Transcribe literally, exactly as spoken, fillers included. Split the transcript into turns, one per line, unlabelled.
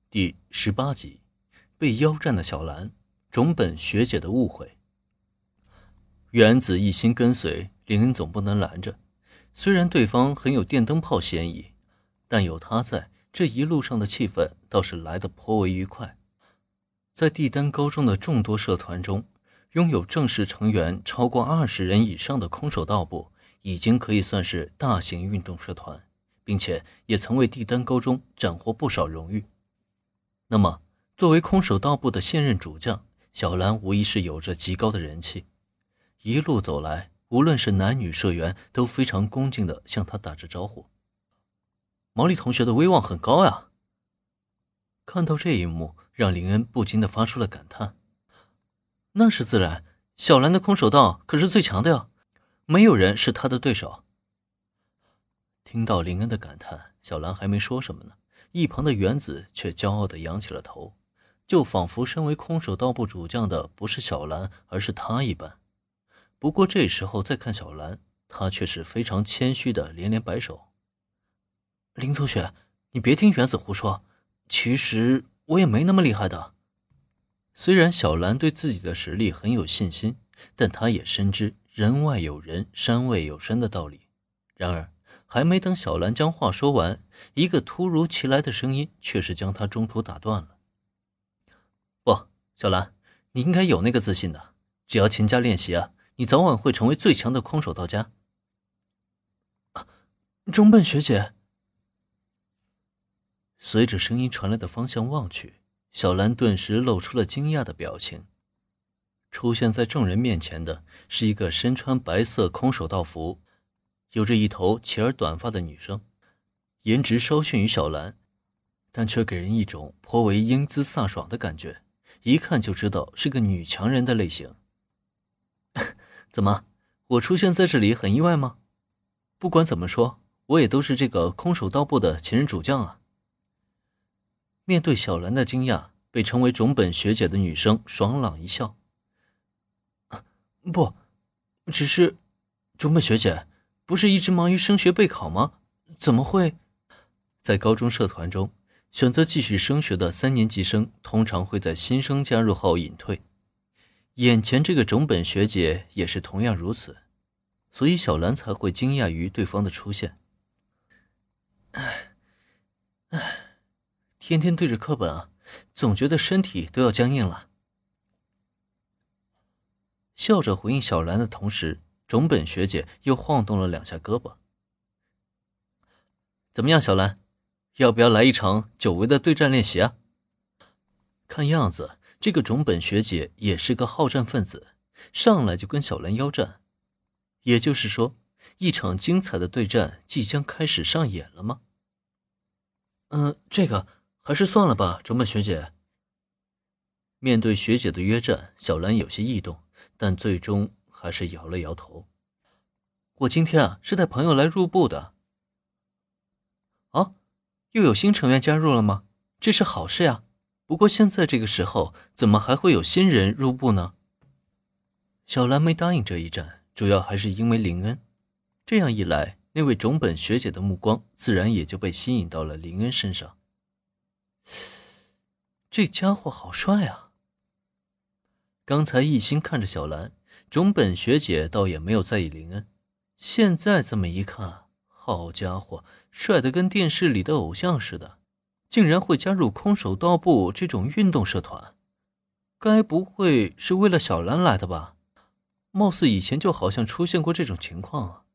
第十八集，被腰斩的小兰，种本学姐的误会。原子一心跟随，林恩总不能拦着。虽然对方很有电灯泡嫌疑，但有他在，这一路上的气氛倒是来得颇为愉快。在帝丹高中的众多社团中，拥有正式成员超过二十人以上的空手道部，已经可以算是大型运动社团，并且也曾为帝丹高中斩获不少荣誉。那么，作为空手道部的现任主将，小兰无疑是有着极高的人气。一路走来，无论是男女社员都非常恭敬地向他打着招呼。毛利同学的威望很高呀。看到这一幕，让林恩不禁地发出了感叹。那是自然，小兰的空手道可是最强的呀，没有人是他的对手。听到林恩的感叹，小兰还没说什么呢，一旁的原子却骄傲地扬起了头，就仿佛身为空手道部主将的不是小兰，而是他一般。不过这时候再看小兰，他却是非常谦虚的连连摆手。林同学，你别听原子胡说，其实我也没那么厉害的。虽然小兰对自己的实力很有信心，但她也深知人外有人，山外有山的道理。然而还没等小兰将话说完，一个突如其来的声音却是将她中途打断了。不，小兰，你应该有那个自信的，只要勤加练习啊，你早晚会成为最强的空手道家。啊，中本学姐。随着声音传来的方向望去，小兰顿时露出了惊讶的表情。出现在众人面前的是一个身穿白色空手道服，有着一头齐耳短发的女生，颜值稍逊于小兰，但却给人一种颇为英姿飒爽的感觉，一看就知道是个女强人的类型。怎么，我出现在这里很意外吗？不管怎么说，我也都是这个空手道部的前任主将啊。面对小兰的惊讶，被称为种本学姐的女生爽朗一笑。啊，不，只是种本学姐不是一直忙于升学备考吗？怎么会？在高中社团中，选择继续升学的三年级生通常会在新生加入后隐退。眼前这个种本学姐也是同样如此，所以小兰才会惊讶于对方的出现。唉，唉，天天对着课本啊，总觉得身体都要僵硬了。笑着回应小兰的同时，种本学姐又晃动了两下胳膊。怎么样，小兰，要不要来一场久违的对战练习啊？看样子这个种本学姐也是个好战分子，上来就跟小兰腰战。也就是说，一场精彩的对战即将开始上演了吗？嗯、呃，这个还是算了吧，种本学姐。面对学姐的约战，小兰有些异动，但最终还是摇了摇头。我今天啊是带朋友来入部的。啊，又有新成员加入了吗？这是好事呀。不过现在这个时候，怎么还会有新人入部呢？小兰没答应这一战，主要还是因为林恩。这样一来，那位种本学姐的目光自然也就被吸引到了林恩身上。这家伙好帅啊！刚才一心看着小兰，种本学姐倒也没有在意林恩。现在这么一看，好家伙，帅得跟电视里的偶像似的。竟然会加入空手道部这种运动社团，该不会是为了小兰来的吧？貌似以前就好像出现过这种情况啊。